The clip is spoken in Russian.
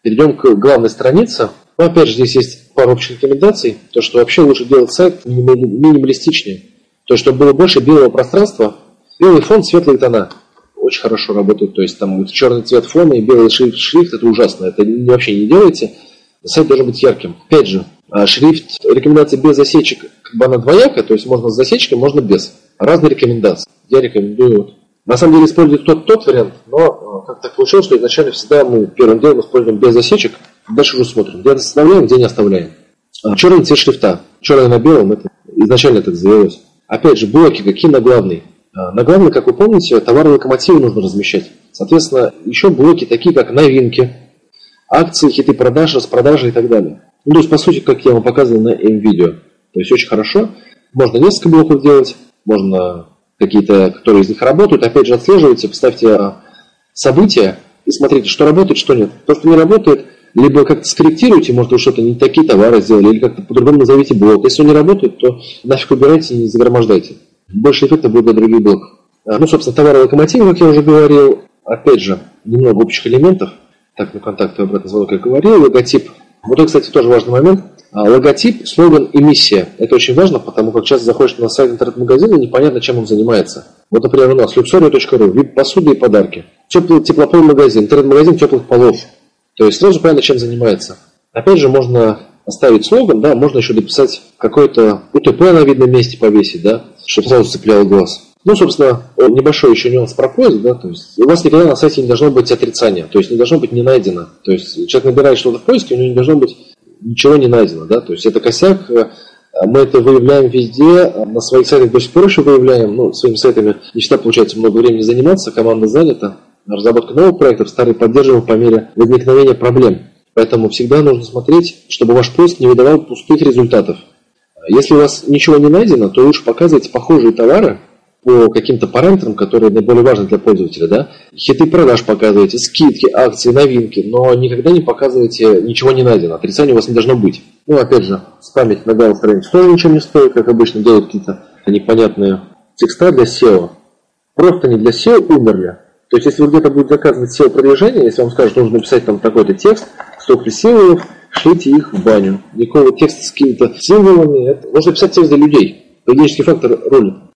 Перейдем к главной странице. Но опять же, здесь есть пару общих рекомендаций. То, что вообще лучше делать сайт минималистичнее. То, чтобы было больше белого пространства. Белый фон, светлые тона. Очень хорошо работают. То есть там черный цвет фона и белый шрифт, это ужасно. Это вообще не делайте. Сайт должен быть ярким. Опять же, шрифт, рекомендация без засечек, как бы она двоякая. То есть можно с засечкой, можно без. Разные рекомендации. Я рекомендую. На самом деле использовать тот вариант, но как так получилось, что изначально всегда мы первым делом используем без засечек, дальше уже смотрим, где оставляем, где не оставляем. Черный цвет шрифта, черный на белом, это изначально так завелось. Опять же, блоки, какие на главный? На главный, как вы помните, товары локомотивы нужно размещать. Соответственно, еще блоки такие, как новинки, акции, хиты продаж, распродажи и так далее. Ну, то есть, по сути, как я вам показывал на видео. То есть, очень хорошо. Можно несколько блоков делать, можно какие-то, которые из них работают. Опять же, отслеживайте, поставьте события и смотрите, что работает, что нет. То, что не работает, либо как-то скорректируйте, может, вы что-то не такие товары сделали, или как-то по-другому назовите блок. Если он не работает, то нафиг убирайте и не загромождайте. Больше эффекта будет для других блоков. Ну, собственно, товары локомотивы, как я уже говорил. Опять же, немного общих элементов. Так, контакты, обратный звонок, как я говорил. Логотип. Вот это, кстати, тоже важный момент. Логотип, слоган и миссия. Это очень важно, потому как часто заходишь на сайт интернет-магазина и непонятно, чем он занимается. Вот, например, у нас luxury.ru, вид посуды и подарки. Теплополый магазин, интернет-магазин теплых полов. То есть сразу понятно, чем занимается. Опять же, можно оставить слоган, да, можно еще дописать какой-то УТП на видном месте повесить, да, чтобы сразу цепляло глаз. Ну, собственно, небольшой еще нюанс про поиск, да, то есть у вас никогда на сайте не должно быть отрицания, то есть не должно быть не найдено. То есть человек набирает что-то в поиске, у него не должно быть ничего не найдено, да, то есть это косяк, мы это выявляем везде, на своих сайтах до сих пор еще выявляем, ну, своими сайтами не всегда получается много времени заниматься, команда занята, разработка новых проектов, старые поддерживаем по мере возникновения проблем, поэтому всегда нужно смотреть, чтобы ваш поиск не выдавал пустых результатов. Если у вас ничего не найдено, то лучше показывайте похожие товары по каким-то параметрам, которые наиболее важны для пользователя, да? Хиты продаж показывайте, скидки, акции, новинки, но никогда не показывайте ничего не найдено, отрицания у вас не должно быть. Ну, опять же, спамить на главной странице тоже ничего не стоит, как обычно делают какие-то непонятные текста для SEO. Просто не для SEO умерли. То есть, если вы где-то будете заказывать SEO-продвижение, если вам скажут, нужно написать там такой-то текст, столько символов, шлите их в баню. Никакого текста с какими-то символами. Нужно писать текст для людей. Поведенческий фактор рулит.